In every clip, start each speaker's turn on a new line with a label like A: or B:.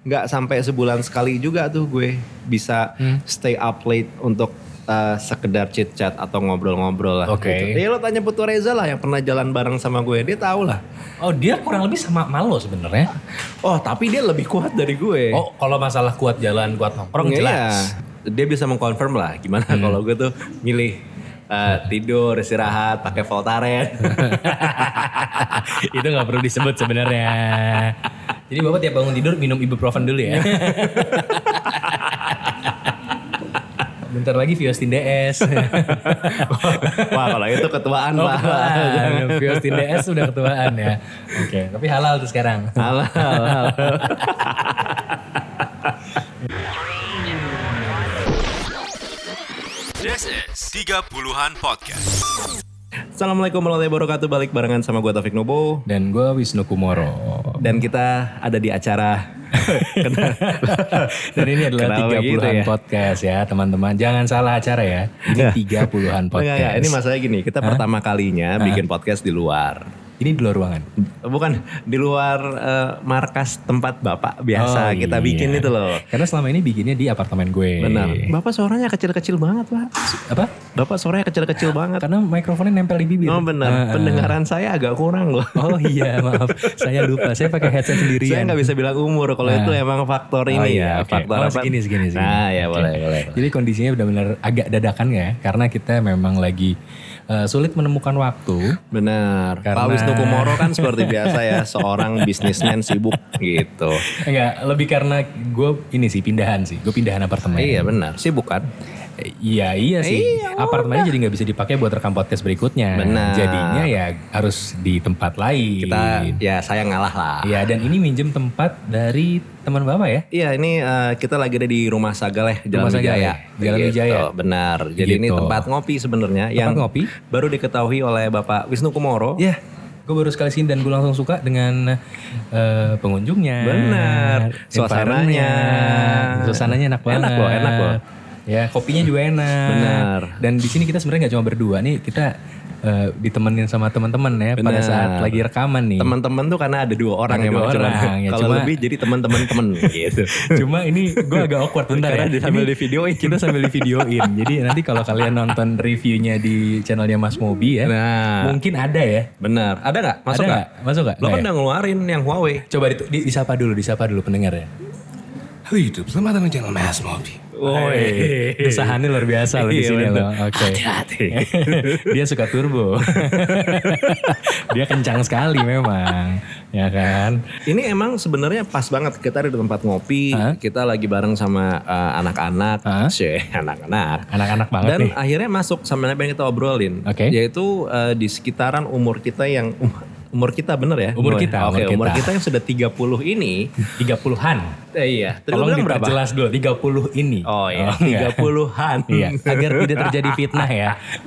A: nggak sampai sebulan sekali juga tuh gue bisa stay up late untuk sekedar chit chat atau ngobrol-ngobrol lah.
B: Oke.
A: Gitu. Ya lo tanya Putu Reza lah yang pernah jalan bareng sama gue, dia tahu lah.
B: Oh dia kurang lebih sama Malo sebenarnya.
A: Oh tapi dia lebih kuat dari gue.
B: Oh kalau masalah kuat jalan, kuat nongkrong jelas.
A: Iya. Dia bisa mengkonfirm lah gimana kalau gue tuh milih tidur, istirahat, pakai Voltaren.
B: Itu nggak perlu disebut sebenarnya. Jadi bapak tiap bangun tidur minum ibuprofen dulu ya. Bentar lagi Viostin DS.
A: Wah kalau itu ketuaan
B: Oh,
A: Pak.
B: ketuaan. Viostin DS sudah ketuaan ya. Oke, tapi halal tuh sekarang.
A: Halal.
C: This is 30-an Podcast.
A: Assalamualaikum warahmatullahi wabarakatuh. Balik barengan sama gue Taufik Nobo.
B: Dan gue Wisnu Kumoro.
A: Dan kita ada di acara
B: Dan ini adalah
A: Kenapa
B: 30-an
A: gitu ya?
B: podcast ya teman-teman. Jangan salah acara ya. Ini 30-an podcast.
A: Enggak, ini masalah gini, kita pertama kalinya bikin podcast di luar.
B: Ini di luar ruangan.
A: Bukan, di luar markas tempat Bapak biasa kita bikin itu loh.
B: Karena selama ini bikinnya di apartemen gue.
A: Benar. Bapak suaranya kecil-kecil banget Pak.
B: Apa?
A: Bapak suaranya kecil-kecil banget.
B: Karena mikrofonnya nempel di bibir.
A: Oh benar, pendengaran saya agak kurang loh.
B: Oh iya maaf, saya lupa. Saya pakai headset sendirian.
A: Saya nggak bisa bilang umur kalau itu emang faktor ini ya.
B: oke.
A: Faktor apa?
B: Segini.
A: Nah ya
B: Oke.
A: boleh.
B: Jadi kondisinya benar-benar agak dadakan ya, karena kita memang lagi sulit menemukan waktu.
A: Benar.
B: Karena-
A: Pak Wisnu Kumoro kan seperti biasa ya, seorang bisnismen sibuk gitu.
B: Enggak, lebih karena gue ini sih pindahan sih. Gue pindahan apartemen.
A: Iya benar, sibuk kan?
B: Iya sih.
A: Iya,
B: Apartemennya jadi nggak bisa dipakai buat rekam podcast berikutnya.
A: Benar.
B: Jadinya ya harus di tempat lain.
A: Kita ya saya ngalah lah.
B: Iya, dan ini minjem tempat dari teman bapak ya.
A: Iya ini kita lagi ada di Rumah Sagaleh Jalan
B: Rumah Sagaleh,
A: Wijaya.
B: Jalan
A: Gitu,
B: Wijaya.
A: Benar. Jadi ini
B: Gitu.
A: tempat ngopi sebenarnya yang
B: ngopi?
A: baru diketahui oleh Bapak Wisnu Kumoro.
B: Ya, gue baru sekali sini dan gue langsung suka dengan pengunjungnya.
A: Benar.
B: Suasananya. Suasananya enak banget.
A: Enak loh.
B: Ya, kopinya juga enak.
A: Benar.
B: Dan di sini kita sebenarnya nggak cuma berdua nih, kita ditemenin sama teman-teman ya pada
A: Benar.
B: saat lagi rekaman nih.
A: Teman-teman tuh karena ada dua orang
B: Ada
A: emang
B: dua
A: cuman.
B: orang, ya,
A: Kalau
B: cuma-
A: lebih jadi teman-teman gitu.
B: Cuma ini gue agak awkward bentar
A: Karena
B: ya.
A: sambil
B: Ini
A: di videoin.
B: kita sambil di videoin. Jadi nanti kalau kalian nonton reviewnya di channelnya Mas Mobi ya,
A: Nah.
B: mungkin ada ya.
A: Benar. Ada nggak? Masuk
B: Ada
A: nggak?
B: Masuk nggak?
A: Lo kan
B: Nggak ya?
A: udah ngeluarin yang Huawei.
B: Coba disapa dulu pendengar ya.
C: Halo YouTube, selamat datang di channel Mas Mobi.
A: Woi.
B: Usahaannya luar biasa loh di
A: Iya,
B: sini
A: bener.
B: loh. Oke.
A: Hati-hati.
B: Dia suka turbo. Dia kencang sekali memang, ya kan?
A: Ini emang sebenarnya pas banget kita ada di tempat ngopi,
B: Hah?
A: kita lagi bareng sama anak-anak,
B: Hah?
A: anak-anak.
B: Anak-anak banget
A: Dan
B: nih.
A: akhirnya masuk sama apa yang kita obrolin,
B: Oke.
A: yaitu di sekitaran umur kita yang umur kita bener ya?
B: Umur kita,
A: Oke,
B: umur
A: umur
B: kita.
A: kita yang sudah 30 ini.
B: 30-an.
A: Iya. Tadi lu
B: Tolong
A: bilang berapa?
B: diperjelas dulu, 30 ini.
A: Oh iya,
B: enggak.
A: 30-an.
B: Iya, agar tidak terjadi fitnah ya.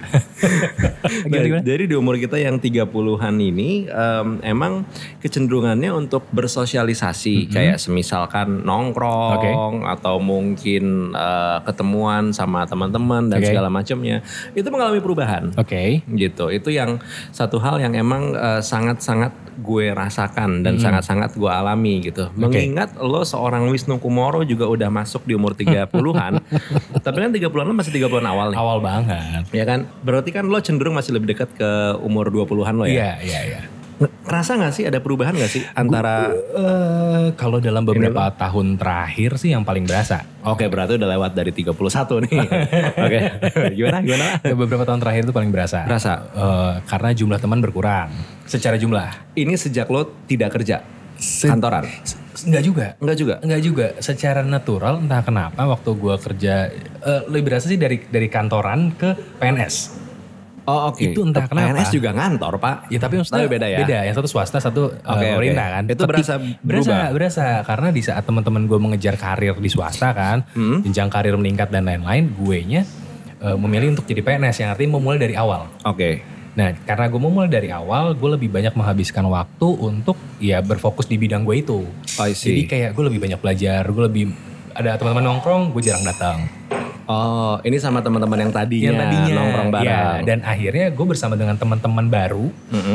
A: Nah, jadi di umur kita yang 30-an ini emang kecenderungannya untuk bersosialisasi kayak semisalkan nongkrong atau mungkin ketemuan sama teman-teman dan
B: Oke.
A: segala macamnya itu mengalami perubahan.
B: Oke.
A: Gitu. Itu yang satu hal yang emang sangat-sangat gue rasakan dan sangat-sangat gue alami gitu. Mengingat lo seorang Wisnu Kumoro juga udah masuk di umur 30-an. Tapi kan 30-an lo masih 30-an awal nih.
B: Awal banget.
A: Ya kan? Berarti kan lo cenderung masih lebih dekat ke umur 20-an lo ya?
B: Iya.
A: Kerasa gak sih ada perubahan gak sih antara...
B: Kalau dalam beberapa tahun terakhir sih yang paling berasa.
A: Oke berarti udah lewat dari 31 nih. Oke. Gimana?
B: Beberapa tahun terakhir itu paling berasa.
A: Berasa?
B: Karena jumlah teman berkurang. Secara jumlah.
A: Ini sejak lo tidak kerja? Kantoran?
B: Enggak juga. Enggak juga. Secara natural entah kenapa waktu gua kerja lebih berasa sih dari kantoran ke PNS.
A: Oh oke.
B: Itu entah kenapa.
A: PNS juga ngantor pak.
B: Ya tapi maksudnya
A: Tapi beda ya?
B: Beda. Yang satu swasta, satu pemerintah kan.
A: Itu
B: Tapi
A: berasa
B: berasa karena di saat teman-teman gue mengejar karir di swasta kan, jenjang karir meningkat dan lain-lain, guenya memilih untuk jadi PNS yang artinya memulai dari awal.
A: Oke.
B: Nah, karena gue memulai dari awal, gue lebih banyak menghabiskan waktu untuk ya berfokus di bidang gue itu.
A: I see.
B: Jadi kayak gue lebih banyak belajar, gue lebih ada teman-teman nongkrong, gue jarang datang.
A: Oh, ini sama teman-teman yang tadinya nongkrong bareng.
B: Ya, dan akhirnya gue bersama dengan teman-teman baru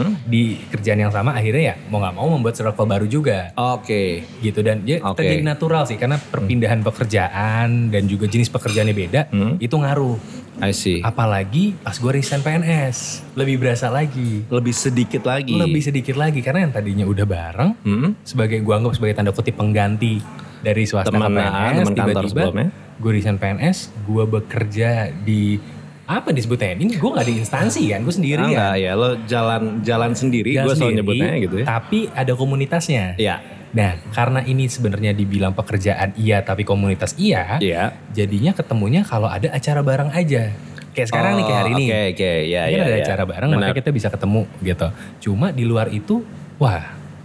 B: di kerjaan yang sama, akhirnya ya mau nggak mau membuat circle baru juga.
A: Oke.
B: Gitu, dan ya terjadi natural sih karena perpindahan pekerjaan dan juga jenis pekerjaannya beda, itu ngaruh.
A: I see.
B: Apalagi pas gue resign PNS, lebih berasa lagi.
A: Lebih sedikit lagi
B: Karena yang tadinya udah bareng, sebagai gue anggap sebagai tanda kutip pengganti dari swasta ke PNS, tiba-tiba gue resign PNS, gue bekerja di apa disebutnya? Ini gue gak di instansi kan, gue sendiri kan.
A: Enggak ya, lo jalan sendiri, gue selalu nyebutnya gitu ya.
B: Tapi ada komunitasnya.
A: Iya.
B: Nah, karena ini sebenarnya dibilang pekerjaan iya tapi komunitas iya, jadinya ketemunya kalau ada acara bareng aja. Kayak sekarang nih, kayak hari ini.
A: Oke, ya.
B: Ada acara bareng, makanya kita bisa ketemu gitu. Cuma di luar itu, wah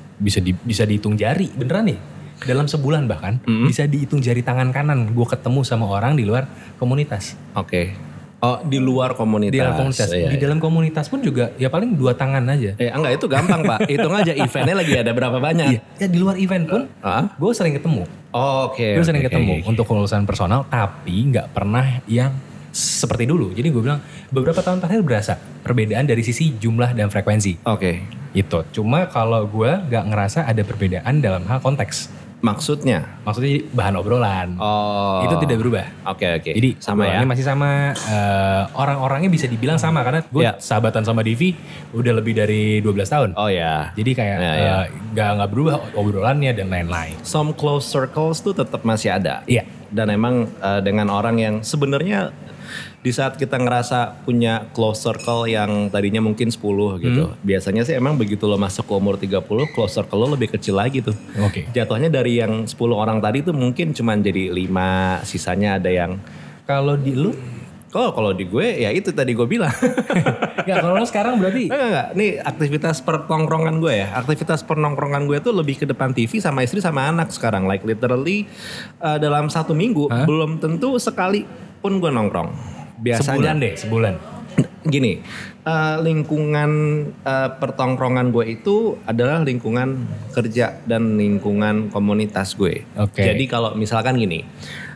B: bisa dihitung jari, beneran nih. Dalam sebulan bahkan bisa dihitung jari tangan kanan gue ketemu sama orang di luar komunitas.
A: Oke. Oh, di luar komunitas.
B: Di luar komunitas. Di dalam komunitas pun juga ya paling 2 tangan aja.
A: Enggak, itu gampang Pak. Hitung aja eventnya lagi ada berapa banyak.
B: Ya di luar event pun gue sering ketemu.
A: Oke.
B: Gue sering ketemu untuk urusan personal, tapi nggak pernah yang seperti dulu. Jadi gue bilang beberapa tahun terakhir berasa perbedaan dari sisi jumlah dan frekuensi.
A: Oke.
B: Itu. Cuma kalau gue nggak ngerasa ada perbedaan dalam hal konteks.
A: Maksudnya
B: bahan obrolan. Itu tidak berubah.
A: Oke.
B: Jadi
A: sama ya.
B: Masih sama, orang-orangnya bisa dibilang sama karena gue sahabatan sama Divi udah lebih dari 12 tahun.
A: Oh ya.
B: Jadi kayak nggak berubah obrolannya dan lain-lain.
A: Some close circles tuh tetap masih ada.
B: Iya.
A: Dan emang dengan orang yang sebenarnya di saat kita ngerasa punya close circle yang tadinya mungkin 10 gitu. Biasanya sih emang begitu lo masuk ke umur 30, close circle lo lebih kecil lagi tuh.
B: Oke.
A: Jatuhnya dari yang 10 orang tadi tuh mungkin cuman jadi 5, sisanya ada yang...
B: Kalau di lu?
A: Kalau di gue ya itu tadi gue bilang.
B: Enggak, kalau lo sekarang berarti?
A: Enggak. Nih aktivitas pertongkrongan gue ya. Aktivitas penongkrongan gue tuh lebih ke depan TV sama istri sama anak sekarang. Like literally dalam 1 minggu belum tentu sekali pun gue nongkrong. Biasanya
B: sebulan.
A: Gini, lingkungan pertongkrongan gue itu adalah lingkungan kerja dan lingkungan komunitas gue.
B: Okay.
A: Jadi kalau misalkan gini,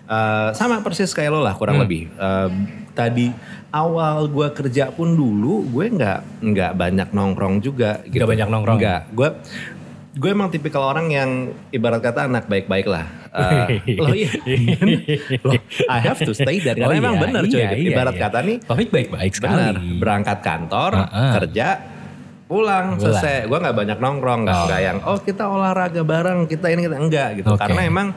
A: sama persis kayak lo lah kurang lebih. Tadi awal gue kerja pun dulu gue nggak banyak nongkrong juga. Gitu.
B: Nggak banyak nongkrong?
A: Nggak, gue emang tipikal orang yang ibarat kata anak baik-baik lah. Loh, I have to stay there. Karena emang bener cuy. Ibarat kata nih.
B: Taufik baik-baik sekali.
A: Bener, berangkat kantor, kerja, pulang, selesai. Gue gak banyak nongkrong. Gak yang, kita olahraga bareng, kita ini, kita enggak gitu. Okay. Karena emang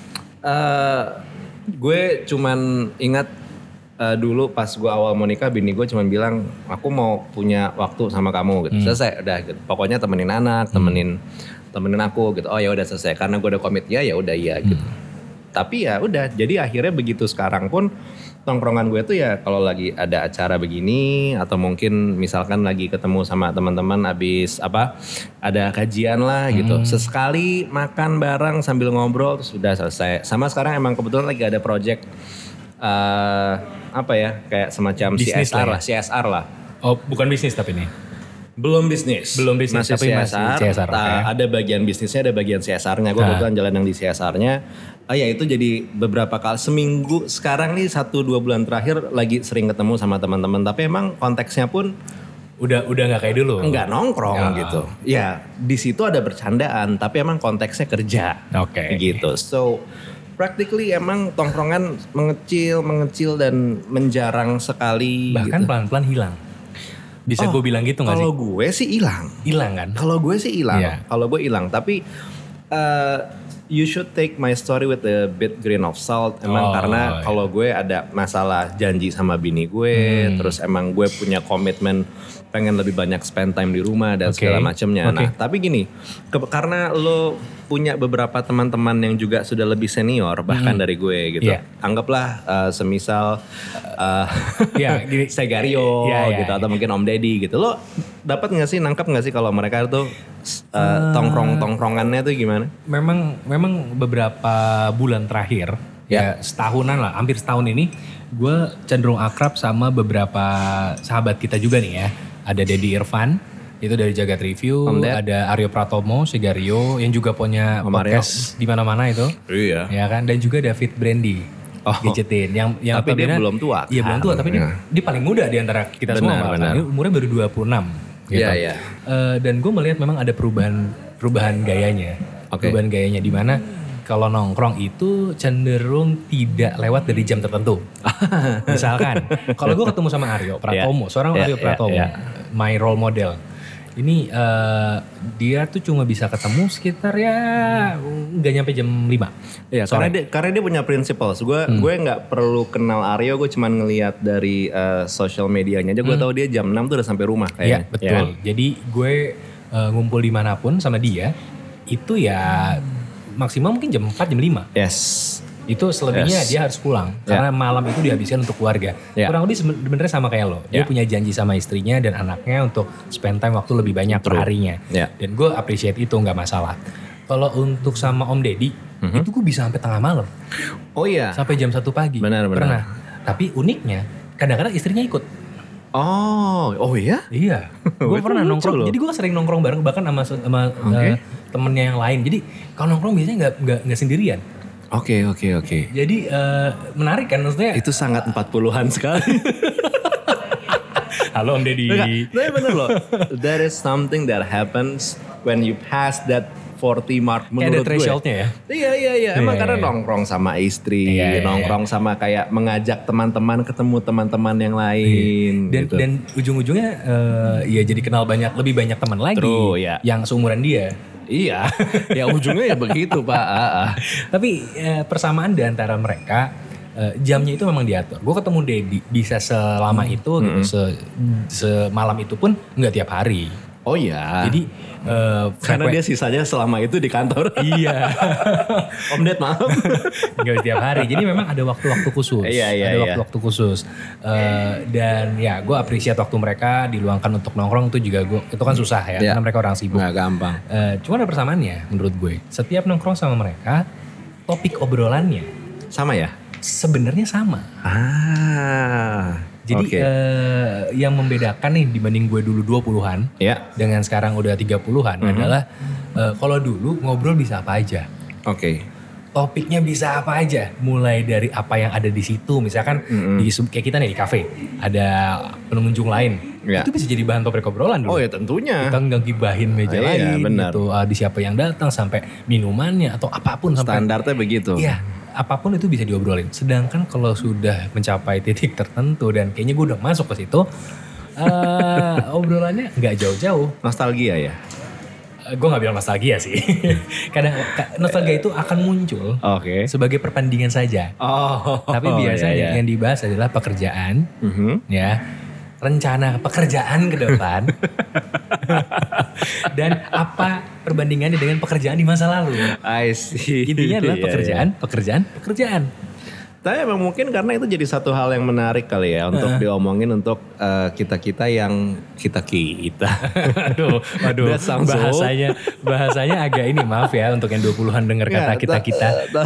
A: gue cuman ingat dulu pas gue awal mau nikah, bini gue cuman bilang, aku mau punya waktu sama kamu gitu. Selesai, udah gitu. Pokoknya temenin anak, temenin aku gitu. Oh ya udah selesai, karena gue udah komit ya udah iya gitu. Tapi ya udah, jadi akhirnya begitu sekarang pun tongkrongan gue tuh ya kalau lagi ada acara begini atau mungkin misalkan lagi ketemu sama teman-teman abis ada kajian lah gitu. Sesekali makan bareng sambil ngobrol terus udah selesai. Sama sekarang emang kebetulan lagi ada project kayak semacam
B: bisnis
A: CSR lah.
B: Oh, bukan bisnis tapi ini.
A: Belum bisnis
B: masih
A: tapi
B: CSR. Okay.
A: Ada bagian bisnisnya, ada bagian CSR-nya. Gue kebetulan jalan yang di CSR-nya. Ya itu jadi beberapa kali seminggu. Sekarang nih 1-2 bulan terakhir lagi sering ketemu sama teman-teman. Tapi emang konteksnya pun
B: udah nggak kayak dulu.
A: Nggak nongkrong gitu. Ya di situ ada bercandaan, tapi emang konteksnya kerja.
B: Oke.
A: Gitu. So practically emang tongkrongan mengecil dan menjarang sekali.
B: Bahkan
A: gitu.
B: Pelan-pelan hilang. Bisa gue bilang gitu gak sih?
A: Kalau gue sih hilang.
B: Hilang kan?
A: Kalau gue sih hilang.
B: Yeah.
A: Kalau gue hilang. Tapi you should take my story with a bit grain of salt. Emang karena kalau gue ada masalah janji sama bini gue. Terus emang gue punya komitmen pengen lebih banyak spend time di rumah dan segala macamnya. Nah tapi gini. Karena lo punya beberapa teman-teman yang juga sudah lebih senior bahkan dari gue gitu. Yeah. Anggaplah semisal Segario gitu atau mungkin Om Deddy gitu. Lo dapat nggak sih, nangkep nggak sih kalau mereka tuh tongkrongannya tuh gimana?
B: Memang beberapa bulan terakhir ya setahunan lah, hampir setahun ini gue cenderung akrab sama beberapa sahabat kita juga nih ya. Ada Deddy Irfan. Itu dari Jagat Review, ada Aryo Pratomo, Segario yang juga punya podcast di mana-mana itu.
A: Iya.
B: Ya kan, dan juga David Brandy. gadgetin. Yang
A: tapi dia belum tua.
B: Iya belum tua, tapi dia paling muda di antara kita semua. Dia umurnya baru 26. Gitu.
A: Iya.
B: Dan gue melihat memang ada perubahan gayanya. Perubahan gayanya di mana kalau nongkrong itu cenderung tidak lewat dari jam tertentu. Misalkan, kalau gue ketemu sama Aryo Pratomo, seorang Aryo Pratomo, my role model. Ini dia tuh cuma bisa ketemu sekitar ya nggak nyampe jam 5.
A: Iya, karena dia punya principles. Gue nggak perlu kenal Aryo, gue cuma ngelihat dari social medianya aja. Gue tahu dia jam 6 tuh udah sampai rumah kayaknya.
B: Iya betul. Ya. Jadi gue ngumpul dimanapun sama dia itu ya maksimal mungkin jam 4, jam 5.
A: Yes.
B: Itu selebihnya dia harus pulang. Karena malam itu dihabiskan untuk keluarga. Kurang lebih sebenarnya sama kayak lo. Dia punya janji sama istrinya dan anaknya untuk spend time waktu lebih banyak per harinya. Dan gue appreciate itu gak masalah. Kalau untuk sama Om Deddy, itu gue bisa sampai tengah malam.
A: Oh iya?
B: Sampai jam 1 pagi.
A: Benar.
B: Pernah. Tapi uniknya, kadang-kadang istrinya ikut.
A: Oh iya?
B: Iya. Gue pernah nongkrong. Jadi gue sering nongkrong bareng bahkan sama temennya yang lain. Jadi kalau nongkrong biasanya nggak sendirian.
A: Oke.
B: Jadi menarik kan maksudnya.
A: Itu sangat 40-an sekali.
B: Halo Om Deddy.
A: Tapi bener loh. There is something that happens when you pass that 40 mark menurut gue. Kayak ada
B: thresholdnya ya?
A: Iya. Emang karena nongkrong sama istri, nongkrong sama kayak mengajak teman-teman ketemu teman-teman yang lain.
B: Dan ujung-ujungnya ya jadi kenal lebih banyak teman lagi.
A: True,
B: yang seumuran dia.
A: Iya, ya ujungnya ya begitu Pak.
B: Tapi persamaan di antara mereka, jamnya itu memang diatur. Gue ketemu Deddy bisa selama itu, gitu, semalam itu pun nggak tiap hari.
A: Oh iya.
B: Jadi
A: karena dia sisanya selama itu di kantor.
B: Iya.
A: Om Ded maaf.
B: Gak tiap hari. Jadi memang ada waktu-waktu khusus.
A: Iya.
B: Ada waktu-waktu khusus. Dan ya gue appreciate waktu mereka diluangkan untuk nongkrong itu juga itu kan susah ya. Karena mereka orang sibuk.
A: Gak gampang.
B: Cuma ada persamaannya menurut gue. Setiap nongkrong sama mereka, topik obrolannya.
A: Sama ya?
B: Sebenarnya sama. Jadi yang membedakan nih dibanding gue dulu 20-an dengan sekarang udah 30-an adalah kalau dulu ngobrol bisa apa aja. Topiknya bisa apa aja. Mulai dari apa yang ada di situ. Misalkan kayak kita nih di kafe. Ada pengunjung lain. Itu bisa jadi bahan topik obrolan dulu.
A: Oh ya tentunya.
B: Kita nggak gibahin meja lain.
A: Benar.
B: Gitu. Di siapa yang datang sampai minumannya atau apapun.
A: Standarnya begitu.
B: Iya. Apapun itu bisa diobrolin. Sedangkan kalau sudah mencapai titik tertentu dan kayaknya gue udah masuk ke situ, obrolannya nggak jauh-jauh.
A: Nostalgia ya?
B: Gue nggak bilang nostalgia sih. Kadang nostalgia itu akan muncul sebagai perbandingan saja. Tapi biasanya yang dibahas adalah pekerjaan, ya, rencana pekerjaan ke depan, dan apa perbandingannya dengan pekerjaan di masa lalu.
A: I see.
B: Intinya adalah pekerjaan.
A: Tapi emang mungkin karena itu jadi satu hal yang menarik kali ya untuk diomongin untuk kita-kita yang kita.
B: Aduh, bahasanya agak ini, maaf ya untuk yang 20-an denger kata kita.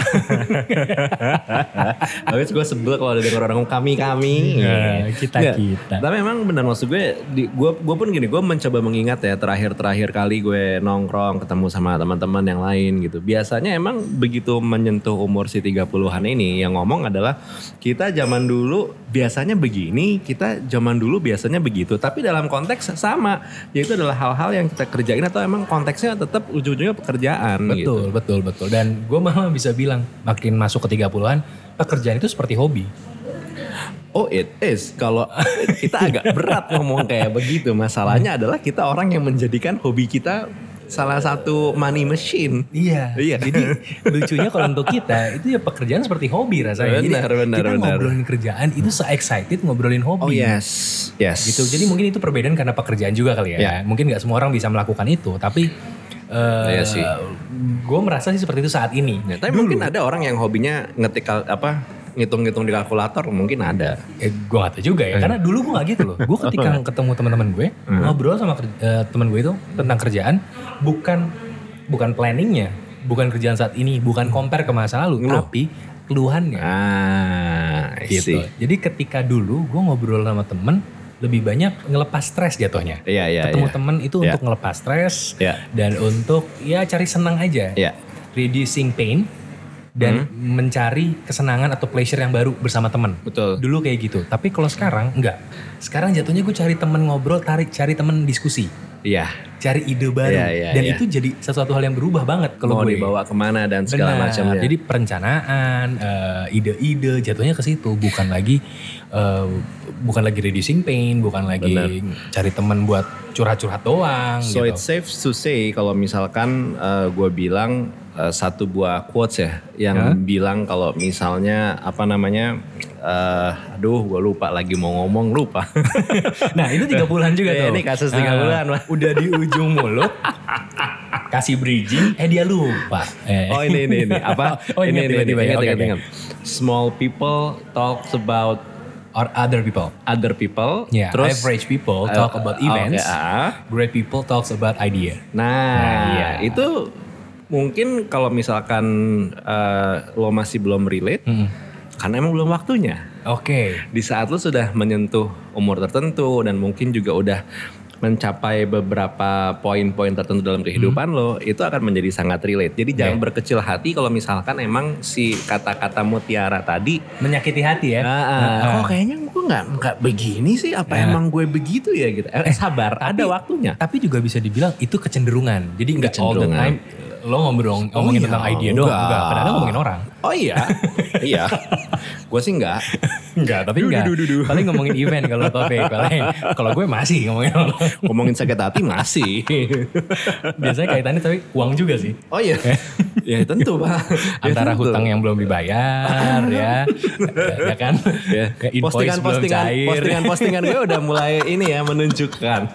A: Tapi gue sebel kalau ada denger orang kami.
B: Kita.
A: Tapi emang benar maksud gue pun gini, gue mencoba mengingat ya terakhir kali gue nongkrong ketemu sama teman-teman yang lain gitu. Biasanya emang begitu menyentuh umur si 30-an ini yang ngomong adalah kita zaman dulu biasanya begini, kita zaman dulu biasanya begitu. Tapi dalam konteks sama, yaitu adalah hal-hal yang kita kerjain atau emang konteksnya tetap ujung-ujungnya pekerjaan.
B: Betul. Dan gue malah bisa bilang makin masuk ke 30-an, pekerjaan itu seperti hobi.
A: Oh it is. Kalau kita agak berat ngomong kayak begitu. Masalahnya adalah kita orang yang menjadikan hobi kita salah satu money machine.
B: Iya. Jadi lucunya kalau untuk kita itu ya pekerjaan seperti hobi rasanya.
A: Benar.
B: Kita ngobrolin kerjaan itu se-excited ngobrolin hobi.
A: Oh yes.
B: Gitu. Jadi mungkin itu perbedaan karena pekerjaan juga kali ya. Mungkin nggak semua orang bisa melakukan itu. Tapi gue merasa sih seperti itu saat ini.
A: Tapi mungkin ada orang yang hobinya ngitung-ngitung di kalkulator, mungkin ada.
B: Gue gak tahu juga ya, karena dulu gue gak gitu loh. Gue ketika ketemu teman-teman gue, ngobrol sama teman gue itu tentang kerjaan, bukan planningnya, bukan kerjaan saat ini, bukan compare ke masa lalu, tapi keluhannya. Gitu. Jadi ketika dulu gue ngobrol sama temen, lebih banyak ngelepas stres jatuhnya. Ketemu temen itu untuk ngelepas stres dan untuk cari senang aja. Reducing pain. dan mencari kesenangan atau pleasure yang baru bersama teman.
A: Betul.
B: Dulu kayak gitu. Tapi kalau sekarang enggak. Sekarang jatuhnya gue cari teman ngobrol, cari teman diskusi.
A: Iya.
B: Cari ide baru. Dan itu jadi sesuatu hal yang berubah banget kalau
A: mau
B: gue.
A: dibawa kemana dan segala macamnya.
B: Jadi perencanaan, ide-ide jatuhnya ke situ. Bukan lagi reducing pain, bukan lagi cari teman buat curhat-curhat doang.
A: So
B: gitu.
A: it's safe to say kalau misalkan gue bilang satu buah quotes ya yang bilang kalau misalnya gue lupa lagi mau ngomong lupa.
B: Nah itu 30-an juga tuh.
A: Ini kasus 30-an lah.
B: Udah di ujung mulut. Kasih bridging, dia lupa.
A: Oh ini apa?
B: Ingat.
A: Small people talks about
B: or other people. Terus average people talk about events. Great people talks about idea.
A: Nah, itu mungkin kalau misalkan lo masih belum relate, karena emang belum waktunya. Di saat lo sudah menyentuh umur tertentu dan mungkin juga udah mencapai beberapa poin-poin tertentu dalam kehidupan lo, itu akan menjadi sangat relate. Jadi jangan berkecil hati kalau misalkan emang si kata-kata mutiara tadi
B: menyakiti hati ya.
A: Kok kayaknya gue nggak begini sih? Apa emang gue begitu ya gitu? Sabar, ada waktunya.
B: Tapi juga bisa dibilang itu kecenderungan. Jadi nggak all the time lo ngomongin tentang idea doang. Enggak, kadang-kadang ngomongin orang.
A: Oh iya, iya. Gue sih enggak.
B: Tapi enggak. Paling ngomongin event kalau topik. Kalau gue masih
A: ngomongin sakit hati masih.
B: Biasanya kaitannya tapi uang juga sih.
A: Oh iya. Ya tentu Pak.
B: Antara hutang yang belum dibayar ya kan. Invoice belum cair.
A: Postingan gue udah mulai ini ya menunjukkan.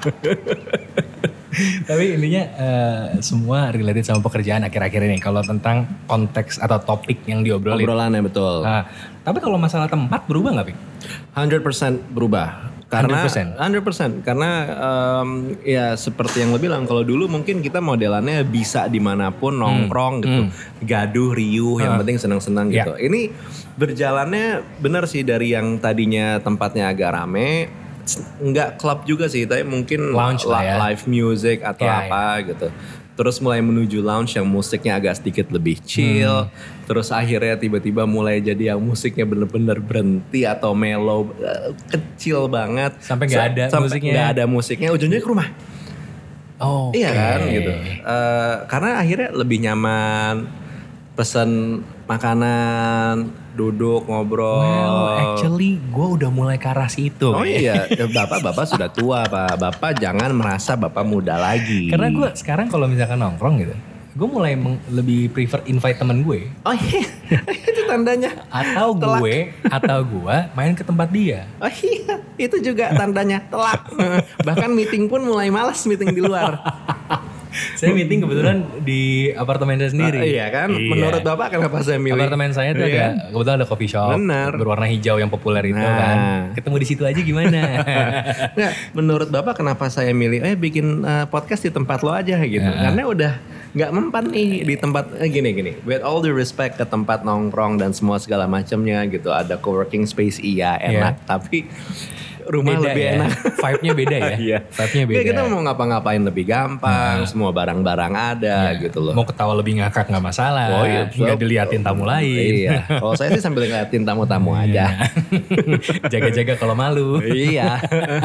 B: Tapi intinya semua related sama pekerjaan akhir-akhir ini. Kalau tentang konteks atau topik yang diobrolin.
A: Obrolannya betul.
B: Tapi kalau masalah tempat berubah gak, Pik?
A: 100% berubah. Karena 100%. Karena ya seperti yang lo bilang, kalau dulu mungkin kita modelannya bisa dimanapun nongkrong gitu, gaduh riuh, yang penting senang-senang gitu. Ini berjalannya benar sih dari yang tadinya tempatnya agak rame. Enggak klub juga sih, tapi mungkin
B: lounge
A: live music atau gitu. Terus mulai menuju lounge yang musiknya agak sedikit lebih chill. Terus akhirnya tiba-tiba mulai jadi yang musiknya bener-bener berhenti atau mellow, kecil banget.
B: Sampai gak ada musiknya.
A: Sampai gak ada musiknya, ujungnya ke rumah. Iya kan gitu. Karena akhirnya lebih nyaman, pesan makanan, duduk ngobrol.
B: Well, actually gue udah mulai ke arah situ.
A: Oh iya, bapak sudah tua Pak. Bapak jangan merasa bapak muda lagi.
B: Karena gue sekarang kalau misalkan nongkrong gitu, gue mulai lebih prefer invite temen gue.
A: Oh iya, itu tandanya.
B: Atau gue main ke tempat dia.
A: Oh iya, itu juga tandanya telak. Bahkan meeting pun mulai malas meeting di luar.
B: Saya meeting kebetulan di apartemen saya sendiri.
A: Iya kan? Iya. Menurut Bapak kenapa saya milih?
B: Apartemen saya tuh kebetulan ada coffee shop.
A: Benar.
B: Berwarna hijau yang populer itu kan. Ketemu di situ aja gimana?
A: Nah, menurut Bapak kenapa saya milih bikin podcast di tempat lo aja gitu. Karena udah gak mempan nih di tempat gini. With all the respect ke tempat nongkrong dan semua segala macamnya gitu. Ada co-working space enak. Tapi rumah
B: beda
A: lebih enak.
B: Vibe-nya beda ya.
A: Iya.
B: Vibe-nya beda.
A: Kita mau ngapa-ngapain lebih gampang, semua barang-barang ada gitu loh.
B: Mau ketawa lebih ngakak gak masalah.
A: Oh iya.
B: Gak diliatin tamu lain.
A: Iya. Kalau saya sih sambil ngeliatin tamu-tamu aja.
B: Jaga-jaga kalau malu.
A: Iya.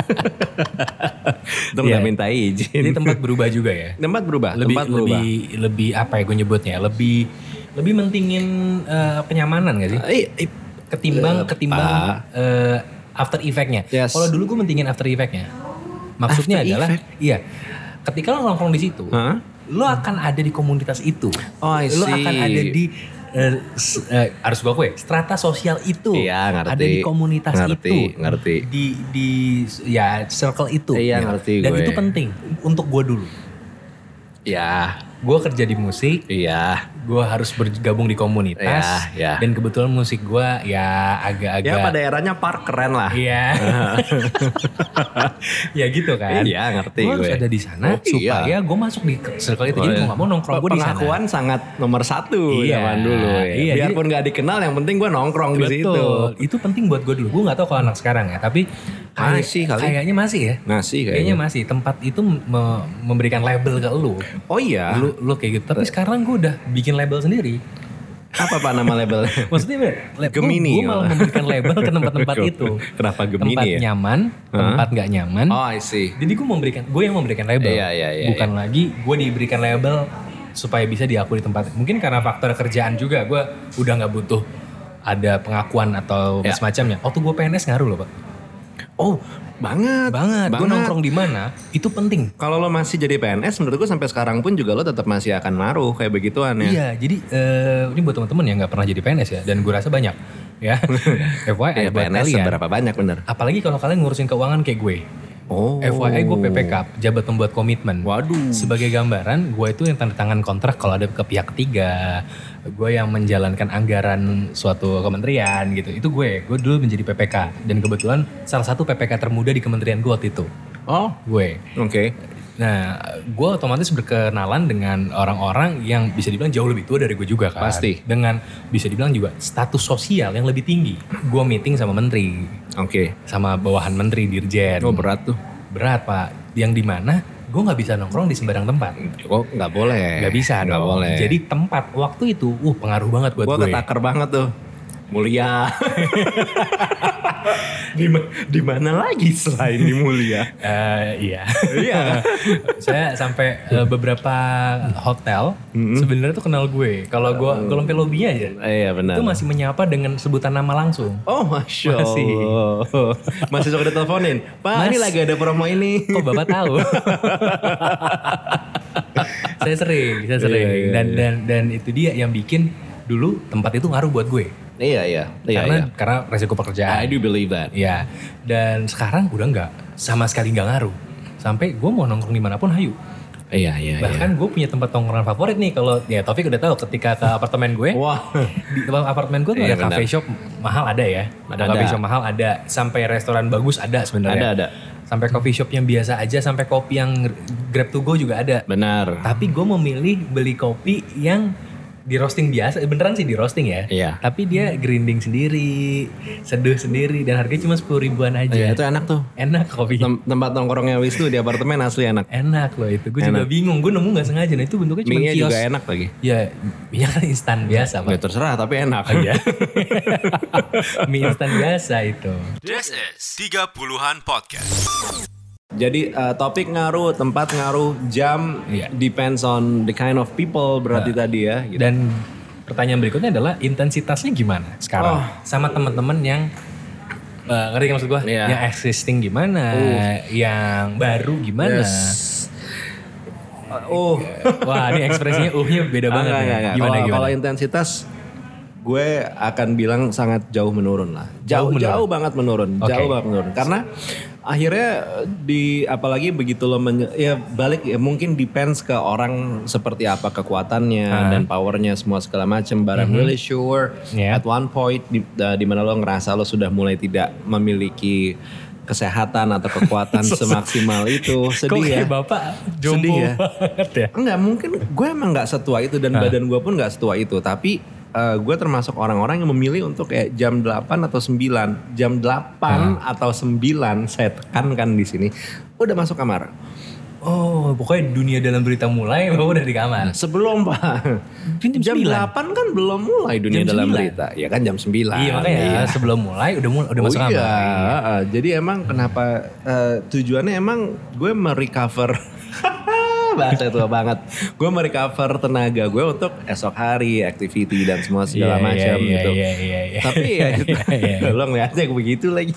A: Itu gak minta izin.
B: Jadi tempat berubah juga ya?
A: Tempat berubah.
B: Lebih apa ya gue nyebutnya? Lebih mentingin kenyamanan gak sih? Ketimbang after effect-nya.
A: Yes.
B: Kalau dulu gue mentingin after effect-nya. Maksudnya adalah, ketika lo nongkrong di situ, lo akan ada di komunitas itu. Lo akan ada di harus gue akui, strata sosial itu.
A: Iya, ngerti.
B: Ada di komunitas itu.
A: Ngerti.
B: Di circle itu.
A: Iya, ngerti gue.
B: Dan itu penting untuk gue dulu.
A: Ya.
B: Gue kerja di musik.
A: Iya.
B: Gue harus bergabung di komunitas.
A: Iya.
B: Dan kebetulan musik gue ya agak-agak.
A: Ya pada eranya park keren lah.
B: Iya. Ya gitu kan.
A: Iya, ngerti
B: gue. Harus ada di sana supaya gue masuk di circle itu. Jadi mau gak mau nongkrong gue di sana.
A: Pengakuan sangat nomor 1 zaman dulu ya.
B: Iya,
A: biarpun gak dikenal, yang penting gue nongkrong di situ.
B: Betul. Itu penting buat gue dulu. Gue gak tahu kalau anak sekarang ya. Tapi kayaknya masih ya. Kayaknya masih. Tempat itu memberikan label ke lu.
A: Oh iya.
B: Lu kayak gitu. Tapi sekarang gue udah bikin label sendiri.
A: Apa Pak nama labelnya?
B: Maksudnya
A: Gemini.
B: Gue malah memberikan label ke tempat-tempat itu.
A: Kenapa Gemini
B: tempat
A: ya?
B: nyaman, tempat nggak nyaman.
A: Oh I see.
B: Jadi gue yang memberikan label.
A: Iya,
B: Bukan lagi gue diberikan label supaya bisa diakui di tempat. Mungkin karena faktor kerjaan juga, gue udah nggak butuh ada pengakuan atau semacamnya. Tuh gue PNS ngaruh loh Pak.
A: Oh banget.
B: Gue nongkrong di mana itu penting.
A: Kalau lo masih jadi PNS, menurut gue sampai sekarang pun juga lo tetap masih akan ngaruh kayak begituan ya.
B: Iya, jadi ini buat teman-teman yang nggak pernah jadi PNS ya, dan gue rasa banyak ya. FYI buat
A: PNS
B: kalian.
A: seberapa banyak bener?
B: Apalagi kalau kalian ngurusin keuangan kayak gue.
A: Oh.
B: FYI gue PPK, jabat pembuat komitmen.
A: Waduh.
B: Sebagai gambaran, gue itu yang tanda tangan kontrak kalau ada ke pihak ketiga. Gue yang menjalankan anggaran suatu kementerian gitu. Itu gue dulu menjadi PPK. Dan kebetulan salah satu PPK termuda di kementerian gue waktu itu.
A: Oh.
B: Gue.
A: Oke.
B: Nah, gue otomatis berkenalan dengan orang-orang yang bisa dibilang jauh lebih tua dari gue juga kan.
A: Pasti.
B: Dengan bisa dibilang juga status sosial yang lebih tinggi. Gue meeting sama menteri.
A: Oke.
B: Sama bawahan menteri, dirjen.
A: Oh berat tuh.
B: Berat Pak. Yang dimana gue gak bisa nongkrong di sembarang tempat.
A: Oh nggak boleh.
B: Gak bisa
A: Nggak
B: dong.
A: boleh.
B: Jadi tempat waktu itu pengaruh banget buat gue.
A: Gue ketaker banget tuh. Mulia. di mana lagi selain di Mulia?
B: Iya.
A: Iya.
B: Saya sampai beberapa hotel sebenarnya tuh kenal gue. Kalau gue lompe lobby aja.
A: Iya benar.
B: Itu masih menyapa dengan sebutan nama langsung.
A: Oh Masya Allah. Masih suka diteleponin. Pak ini lagi ada promo ini.
B: Kok Bapak tahu? Saya sering. Dan itu dia yang bikin dulu tempat itu ngaruh buat gue.
A: Iya.
B: Karena resiko pekerjaan.
A: I do believe that.
B: Iya. Dan sekarang udah enggak. Sama sekali enggak ngaruh. Sampai gue mau nongkrong dimanapun hayu.
A: Iya.
B: Bahkan gue punya tempat nongkrongan favorit nih. Kalau ya Taufik udah tahu ketika ke apartemen gue.
A: Wah.
B: Di tempat apartemen gue tuh ada cafe shop mahal ada ya. Ada cafe shop mahal ada. Sampai restoran bagus ada sebenarnya.
A: Ada.
B: Sampai coffee shop yang biasa aja. Sampai kopi yang grab to go juga ada.
A: Benar.
B: Tapi gue memilih beli kopi yang di roasting biasa, beneran sih di roasting ya.
A: Iya.
B: Tapi dia grinding sendiri, seduh sendiri, dan harganya cuma 10 ribuan aja.
A: Iya itu enak tuh.
B: Enak kopi.
A: Tempat nongkrongnya Wisnu di apartemen asli enak.
B: Enak loh itu. Gue juga bingung, gue nemu gak sengaja. Nah itu bentuknya cuma
A: Mie-nya
B: kios.
A: juga enak lagi.
B: Ya, mie kan instan biasa Pak.
A: Ya terserah tapi enak.
B: Iya. Mie instan biasa itu.
C: This is 30-an Podcast.
A: Jadi topik ngaruh, tempat ngaruh, jam depends on the kind of people berarti tadi ya. Gitu.
B: Dan pertanyaan berikutnya adalah intensitasnya gimana sekarang sama teman-teman yang ngerti maksud gue? Yang existing gimana, yang baru gimana?
A: Yes.
B: Wah ini ekspresinya nya beda banget nih. Gimana?
A: Kalau intensitas gue akan bilang sangat jauh menurun lah. Jauh banget menurun. Jauh banget menurun. Karena akhirnya apalagi begitu lo balik ya mungkin depends ke orang seperti apa kekuatannya dan powernya semua segala macam. But I'm really sure at one point di mana lo ngerasa lo sudah mulai tidak memiliki kesehatan atau kekuatan semaksimal itu. Sedih ya.
B: Kok Bapak jombo banget ya?
A: Enggak, mungkin gue emang gak setua itu dan badan gue pun gak setua itu. Tapi gue termasuk orang-orang yang memilih untuk kayak jam 8 atau 9. Jam 8 atau 9 saya tekankan di sini udah masuk kamar.
B: Oh, pokoknya dunia dalam berita mulai Bapak udah di kamar.
A: Sebelum Pak. Jam 8 kan belum mulai dunia dalam berita. Ya kan jam 9.
B: Iya makanya sebelum mulai udah masuk kamar.
A: Iya. Jadi emang kenapa tujuannya emang gue merecover bahasa tua banget. Gue merecover tenaga gue untuk esok hari, activity dan semua segala macam gitu.
B: Iya.
A: Tapi ya itu, lo ngeliatnya begitu lagi.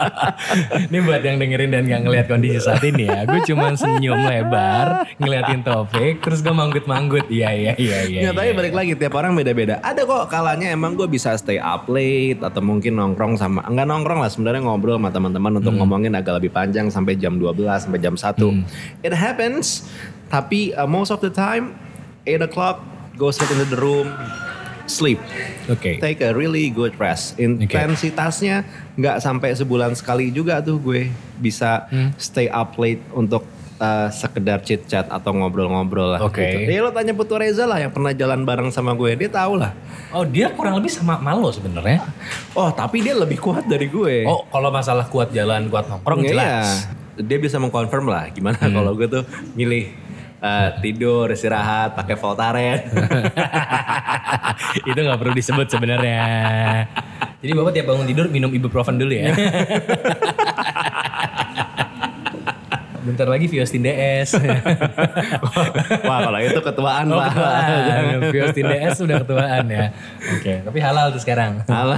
B: Ini buat yang dengerin dan gak ngeliat kondisi saat ini ya. Gue cuma senyum lebar, ngeliatin Taufik, terus gue manggut-manggut. Iya.
A: Tapi balik lagi, tiap orang beda-beda. Ada kok kalanya emang gue bisa stay up late atau mungkin nongkrong sama, enggak nongkrong lah sebenarnya ngobrol sama teman-teman untuk ngomongin agak lebih panjang sampai jam 12 sampai jam 1. It happens. Tapi most of the time 8 o'clock go straight into the room, sleep. Take a really good rest. Intensitasnya nggak sampai sebulan sekali juga tuh gue bisa stay up late untuk sekedar chit chat atau ngobrol-ngobrol lah. Gitu. Ya lo tanya Putu Reza lah yang pernah jalan bareng sama gue, dia tahu lah.
B: Oh dia kurang lebih sama Malo sebenarnya.
A: Oh tapi dia lebih kuat dari gue.
B: Oh kalau masalah kuat jalan, kuat nongkrong jelas.
A: Dia bisa mengkonfirm lah gimana kalau gue tuh milih Tidur, istirahat, pakai Voltaren.
B: Itu nggak perlu disebut sebenarnya. Jadi Bapak tiap bangun tidur minum ibuprofen dulu ya. Bentar lagi Viostin DS.
A: Wah kalau itu ketuaan Pak.
B: Ketuaan. Viostin DS sudah ketuaan ya. Oke, tapi halal tuh sekarang.
A: Halal.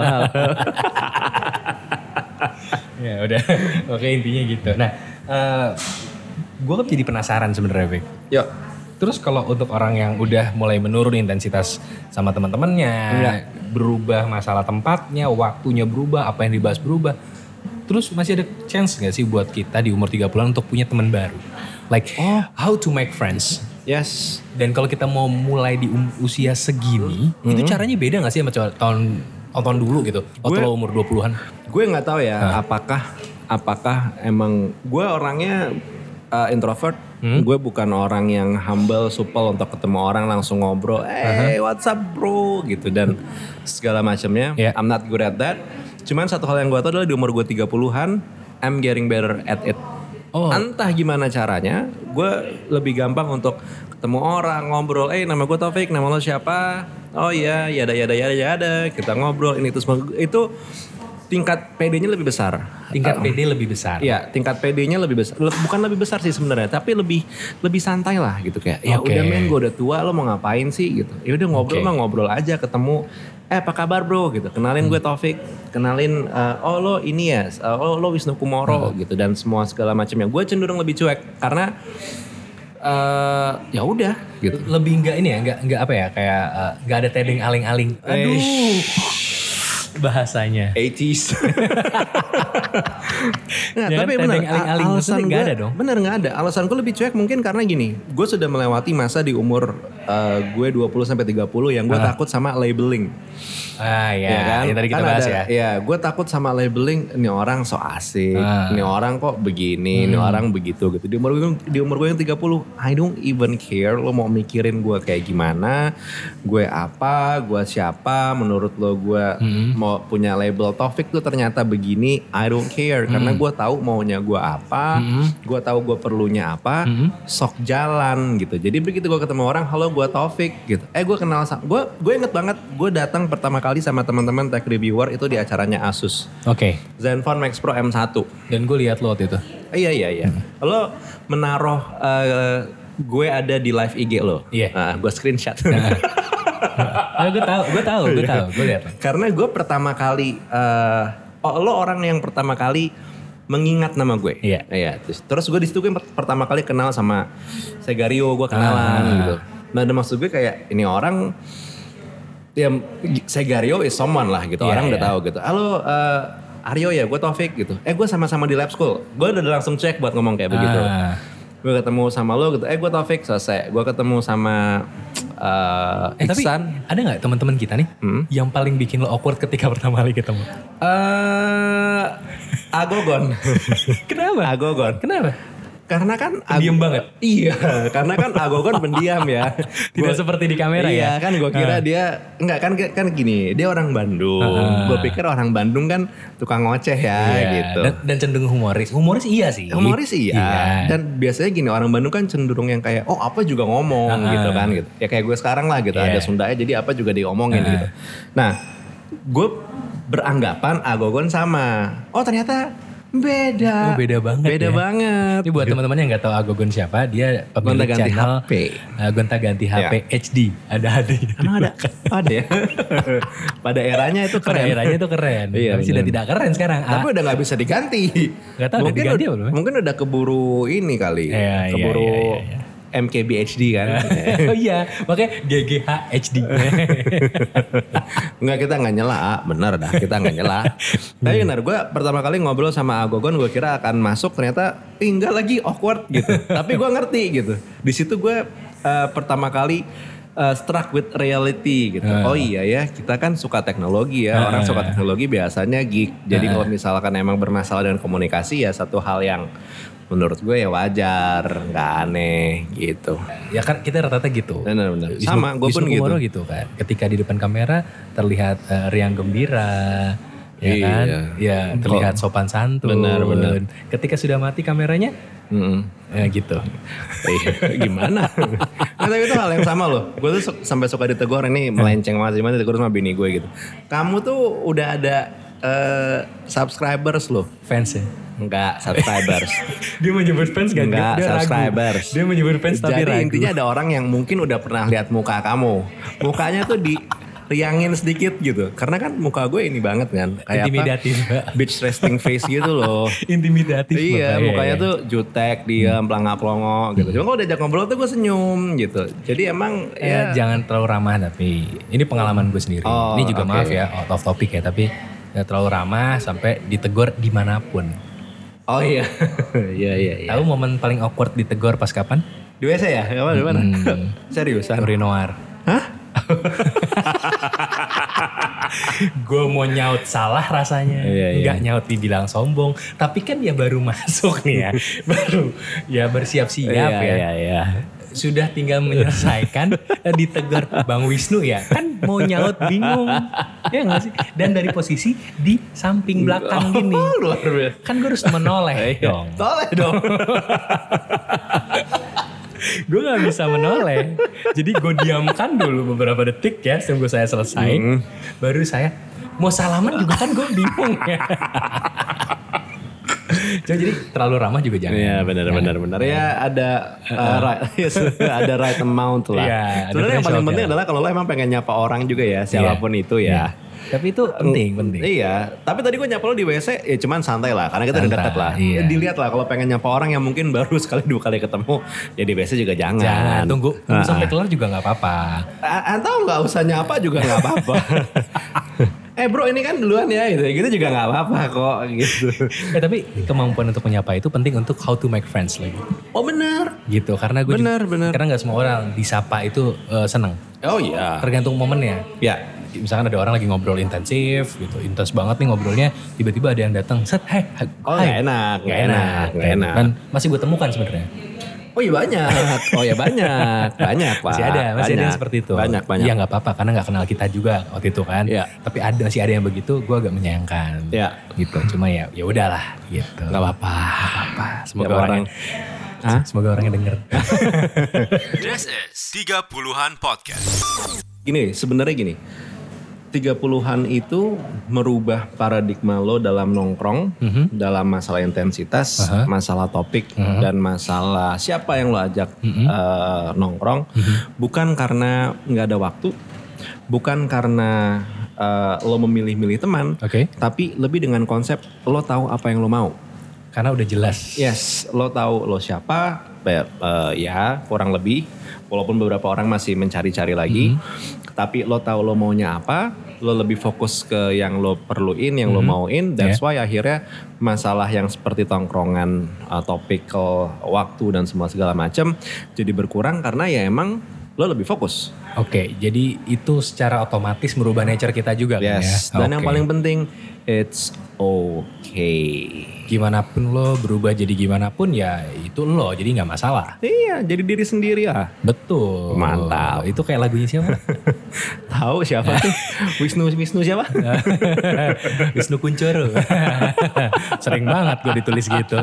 B: Ya udah. Oke intinya gitu. Nah, gue kan jadi penasaran sebenarnya, Vic.
A: Yuk.
B: Terus kalau untuk orang yang udah mulai menurun intensitas sama teman-temannya, berubah masalah tempatnya, waktunya berubah, apa yang dibahas berubah. Terus masih ada chance gak sih buat kita di umur 30-an untuk punya teman baru? Like, how to make friends?
A: Yes.
B: Dan kalau kita mau mulai di usia segini, itu caranya beda gak sih sama tahun dulu gitu? Waktu lo umur 20-an?
A: Gue gak tahu ya, apakah emang gue orangnya introvert. Gue bukan orang yang humble, supel untuk ketemu orang langsung ngobrol. Hey, what's up bro? Gitu dan segala macamnya. I'm not good at that. Cuman satu hal yang gue tahu adalah di umur gue 30-an, I'm getting better at it. Entah gimana caranya, gue lebih gampang untuk ketemu orang, ngobrol. Nama gue Taufik, nama lo siapa? Oh iya, yada. Kita ngobrol, ini itu semua. Itu tingkat PD-nya lebih besar.
B: Tingkat PD lebih besar.
A: Iya, tingkat PD-nya lebih besar. Bukan lebih besar sih sebenarnya, tapi lebih santai lah gitu kayak. Ya udah men, gue udah tua, lo mau ngapain sih gitu. Ya udah ngobrol mah ngobrol aja, ketemu. Apa kabar bro gitu. Kenalin gue Taufik, kenalin oh lo ini ya, oh lo Wisnu Kumoro gitu dan semua segala macamnya. Gue cenderung lebih cuek karena ya udah gitu.
B: Lebih enggak ini ya, enggak apa ya, kayak enggak ada tedeng aling-aling. Aduh. Bahasanya
A: 80s. Nah, tapi benar alasan gue ada dong. Benar nggak ada. Alasan gue lebih cuek mungkin karena gini. Gue sudah melewati masa di umur gue 20 sampai 30 yang gue takut sama labeling.
B: Ya kan? Yang tadi kita bahas ya.
A: Iya, gue takut sama labeling. Ini orang so asik. Ini orang kok begini. Ini orang begitu gitu. Di umur gue yang 30, I don't even care. Lo mau mikirin gue kayak gimana? Gue apa? Gue siapa? Menurut lo gue mau punya label Taufik tuh ternyata begini, I don't care karena gue tahu maunya gue apa, gue tahu gue perlunya apa, sok jalan gitu. Jadi begitu gue ketemu orang, halo gue Taufik gitu. Gue kenal sama, gue inget banget gue datang pertama kali sama teman-teman tech reviewer itu di acaranya Asus. Zenfone Max Pro M1.
B: Dan gue lihat lo waktu itu.
A: Iya. Lo menaruh gue ada di live IG lo. Gue screenshot.
B: Gue tahu, gue lihat.
A: Karena gue pertama kali, lo orang yang pertama kali mengingat nama gue. Iya. Terus gue di situ gue pertama kali kenal sama Segario, gue kenalan gitu. Nah, ada maksud gue kayak ini orang, ya Segario is someone lah gitu. Orang udah tahu gitu. Halo, Aryo ya, gue Taufik gitu. Gue sama-sama di lab school. Gue udah langsung cek buat ngomong kayak begitu. Gue ketemu sama lo gitu. Gue Taufik, selesai. Gue ketemu sama Iksan.
B: Tapi ada gak teman-teman kita nih yang paling bikin lo awkward ketika pertama kali ketemu?
A: Agogon.
B: Kenapa?
A: Agogon.
B: Kenapa?
A: Karena kan
B: pendiam banget.
A: Iya, karena kan Agogon pendiam ya.
B: Tidak seperti di kamera ya.
A: Iya, kan gue kira dia enggak kan gini, dia orang Bandung. Gue pikir orang Bandung kan tukang ngoceh ya gitu.
B: Dan cenderung humoris. Humoris iya sih.
A: Humoris iya. Dan biasanya gini, orang Bandung kan cenderung yang kayak apa juga ngomong gitu kan gitu. Ya kayak gue sekarang lah gitu, ada Sundanya jadi apa juga diomongin gitu. Nah, gue beranggapan Agogon sama. Oh, ternyata beda.
B: Beda banget.
A: Beda banget.
B: Ini buat teman-teman yang nggak tahu Agogon siapa, dia pemilik channel Gonta-ganti HP HD. Ada.
A: Emang ada? Ada ya. Pada eranya itu keren.
B: Iya, tapi sudah tidak keren sekarang.
A: Tapi udah nggak bisa diganti.
B: Nggak tahu mungkin diganti apa belum?
A: Mungkin udah keburu ini kali. Keburu MKB HD kan.
B: Oh iya, makanya GGH HD.
A: Enggak, kita nggak nyela, bener dah, kita nggak nyela. Tapi benar, gue pertama kali ngobrol sama Agogon, gue kira akan masuk, ternyata enggak lagi, awkward gitu. Tapi gue ngerti gitu. Di situ gue pertama kali struck with reality gitu. Oh iya ya, kita kan suka teknologi ya. Orang suka teknologi biasanya geek. Jadi kalau misalkan emang bermasalah dengan komunikasi ya satu hal yang menurut gue ya wajar, nggak aneh gitu.
B: Ya kan kita rata-rata gitu.
A: Benar. Sama, gue pun
B: gitu kan. Ketika di depan kamera terlihat riang gembira, ya kan? Ya terlihat sopan santun.
A: Benar.
B: Ketika sudah mati kameranya, ya gitu.
A: Gimana? Nah, tapi itu hal yang sama loh. Gue tuh sampai suka ditegur, ini melenceng banget, cuma ditegur sama bini gue gitu. Kamu tuh udah ada subscribers loh.
B: Fans ya?
A: Enggak, subscribers.
B: Dia menyebut fans gak?
A: Enggak,
B: dia
A: subscribers.
B: Dia menyebut fans tapi
A: Jadi
B: ragu.
A: intinya ada orang yang mungkin udah pernah lihat muka kamu. Mukanya tuh riangin sedikit gitu. Karena kan muka gue ini banget kan. Kayak
B: intimidatif.
A: Beach resting face gitu loh.
B: Intimidatif.
A: Iya, mukanya tuh jutek, diam, pelangak-pelongo gitu. Cuma kalau diajak ngobrol tuh gue senyum gitu. Jadi emang
B: jangan terlalu ramah tapi ini pengalaman gue sendiri. Ini juga maaf ya, out of topic ya, tapi gak terlalu ramah sampai ditegur dimanapun.
A: Oh iya. Iya.
B: Tahu momen paling awkward ditegur pas kapan?
A: Di WC ya? Di mana? Seriusan?
B: Urinoir.
A: Hah?
B: Gue mau nyaut salah rasanya. Enggak nyaut dibilang sombong. Tapi kan ya baru masuk nih ya. Baru ya bersiap-siap ya.
A: Iya.
B: Sudah tinggal menyelesaikan ditegur Bang Wisnu ya. Kan mau nyaut bingung. Ya gak sih? Dan dari posisi di samping belakang gini.
A: Luar biasa.
B: Kan gue harus menoleh dong.
A: Toleh dong.
B: Gue gak bisa menoleh. Jadi gue diamkan dulu beberapa detik ya. Tunggu saya selesai. Baru saya mau salaman juga kan gue bingung ya. Jadi terlalu ramah juga jangan.
A: Iya benar. Ya ada ada right amount lah.
B: Iya,
A: sebenarnya yang paling penting adalah kalau lo emang pengen nyapa orang juga ya, siapapun itu ya.
B: Tapi itu penting.
A: Iya, tapi tadi gue nyapa lo di WC ya cuman santai lah, karena kita udah deket lah.
B: Iya.
A: Dilihat lah kalau pengen nyapa orang yang mungkin baru sekali 2 kali ketemu, ya di WC juga jangan.
B: Tunggu sampai kelar juga nggak apa-apa.
A: Atau nggak usah nyapa juga nggak apa-apa. Bro ini kan duluan ya gitu juga nggak apa-apa kok gitu.
B: Tapi kemampuan untuk menyapa itu penting untuk how to make friends lagi.
A: Oh benar.
B: Gitu karena gue
A: benar.
B: Karena nggak semua orang disapa itu seneng.
A: Oh iya.
B: Tergantung momennya.
A: Ya.
B: Misalkan ada orang lagi ngobrol intensif gitu, intens banget nih ngobrolnya, tiba-tiba ada yang datang, set, hai.
A: Oh nggak enak.
B: Dan masih gue temukan sebenarnya.
A: Oh iya banyak. Pak.
B: Masih ada yang seperti itu.
A: Banyak.
B: Iya nggak apa-apa karena nggak kenal kita juga waktu itu kan.
A: Iya.
B: Tapi masih ada yang begitu, gue agak menyayangkan.
A: Iya.
B: Gitu. Cuma ya udahlah gitu.
A: Nggak apa-apa.
B: Semoga orangnya denger.
C: This is 30-an Podcast.
A: Sebenarnya gini. 30-an itu merubah paradigma lo dalam nongkrong, dalam masalah intensitas, masalah topik, dan masalah siapa yang lo ajak nongkrong. Bukan karena nggak ada waktu, bukan karena lo memilih-milih teman, tapi lebih dengan konsep lo tahu apa yang lo mau.
B: Karena udah jelas.
A: Yes, lo tahu lo siapa, ya kurang lebih. Walaupun beberapa orang masih mencari-cari lagi, tapi lo tahu lo maunya apa, lo lebih fokus ke yang lo perluin, yang lo mauin. That's why akhirnya masalah yang seperti tongkrongan, topikal, waktu dan semua segala macam jadi berkurang karena ya emang lo lebih fokus.
B: Oke, jadi itu secara otomatis merubah nature kita juga kan ya.
A: Dan yang paling penting, it's okay.
B: Gimana pun lo berubah jadi gimana pun ya itu lo, jadi gak masalah.
A: Iya, jadi diri sendiri lah.
B: Betul.
A: Mantap.
B: Itu kayak lagunya siapa?
A: Tahu siapa tuh? Wisnu siapa?
B: Wisnu Kuncoro. Sering banget gue ditulis gitu.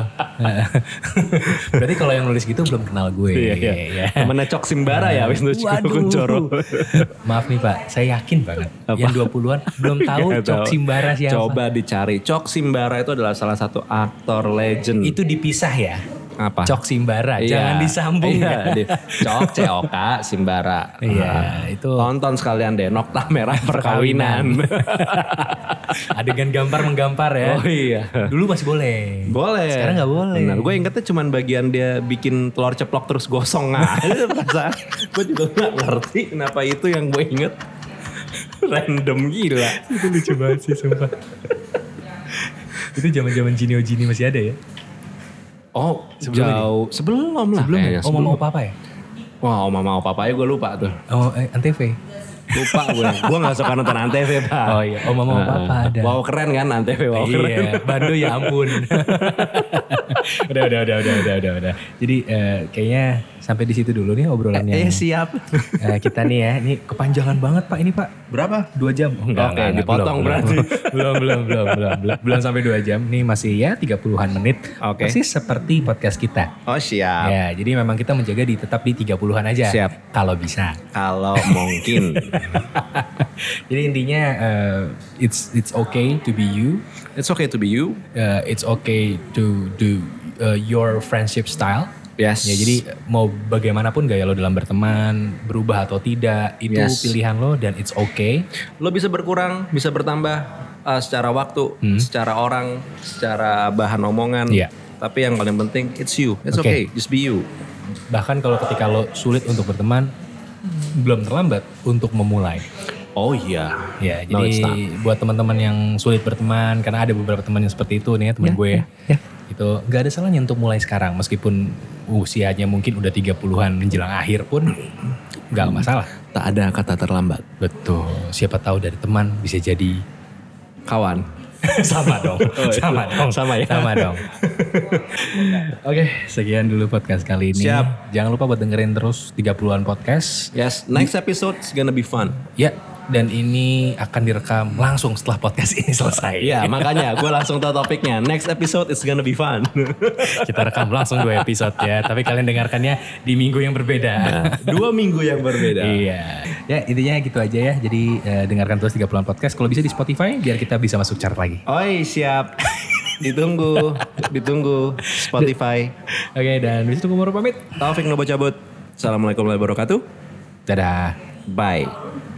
B: Berarti kalau yang nulis gitu belum kenal gue.
A: Iya. Temennya Cok Simbara ya Wisnu Kuncoro.
B: Maaf nih Pak, saya yakin banget. Yang 20-an belum tahu Cok Simbara siapa.
A: Coba dicari. Cok Simbara itu adalah salah satu aktor legend.
B: Itu dipisah ya?
A: Apa?
B: Cok Simbara, jangan disambung ya.
A: Cok COK Simbara.
B: Iya, itu.
A: Tonton sekalian deh, Nokta Merah Perkawinan.
B: Adegan gampar-menggampar ya.
A: Oh iya.
B: Dulu masih boleh.
A: Boleh.
B: Sekarang gak boleh.
A: Benar, gue ingetnya cuman bagian dia bikin telur ceplok terus gosong. Itu perasaan. Gue juga gak ngerti kenapa itu yang gue inget. Random gila.
B: Itu lucu banget sih sumpah. Itu zaman-zaman Jini masih ada ya?
A: Oh, sebelum lah.
B: Sebelum ya? Oh, Mama Papa ya?
A: Wah, Mama Papa ya gue lupa tuh.
B: Oh, Antv.
A: Lupa gue. Gue gak suka nonton Antv, Pak.
B: Oh iya, oh mama papa ada.
A: Wow keren kan Antv, wow keren.
B: Iya, Bando ya ampun. udah. Jadi kayaknya sampai di situ dulu nih obrolannya.
A: Siap.
B: Kita nih ya, ini kepanjangan banget Pak ini Pak.
A: Berapa?
B: 2 jam.
A: Oke, dipotong berarti.
B: Belum sampai 2 jam. Nih masih ya 30-an menit.
A: Oke.
B: Persis seperti podcast kita.
A: Oh siap.
B: Ya, jadi memang kita menjaga tetap di 30-an aja.
A: Siap.
B: Kalau bisa.
A: Kalau mungkin.
B: Jadi intinya it's okay to be you.
A: It's okay to be you.
B: It's okay to do your friendship style.
A: Yes.
B: Ya jadi mau bagaimanapun gaya lo dalam berteman, berubah atau tidak, itu pilihan lo dan it's okay.
A: Lo bisa berkurang, bisa bertambah secara waktu, secara orang, secara bahan omongan.
B: Iya.
A: Tapi yang paling penting it's you. It's okay. Just be you.
B: Bahkan kalau ketika lo sulit untuk berteman, belum terlambat untuk memulai.
A: Oh iya.
B: Ya, jadi buat teman-teman yang sulit berteman, karena ada beberapa teman yang seperti itu nih teman gue. Itu gak ada salahnya untuk mulai sekarang, meskipun usianya mungkin udah 30-an menjelang akhir pun gak masalah.
A: Tak ada kata terlambat.
B: Betul. Siapa tahu dari teman bisa jadi
A: kawan.
B: Sama dong. Sama dong. Oke, sekian dulu podcast kali ini.
A: Siap.
B: Jangan lupa buat dengerin terus 30-an podcast.
A: Yes, next episode is gonna be fun.
B: Ya, dan ini akan direkam langsung setelah podcast ini selesai.
A: Iya, makanya gue langsung tahu topiknya. Next episode is gonna be fun.
B: Kita rekam langsung 2 episode ya, tapi kalian dengarkannya di minggu yang berbeda.
A: Nah, 2 minggu yang berbeda.
B: Iya. Ya, intinya gitu aja ya. Jadi dengarkan terus 30-an podcast. Kalau bisa di Spotify biar kita bisa masuk chart lagi.
A: Oi, siap. Ditunggu Spotify.
B: Oke, dan disitu gue mau pamit.
A: Taufik Nobo cabut. Assalamualaikum warahmatullahi wabarakatuh.
B: Dadah.
A: Bye.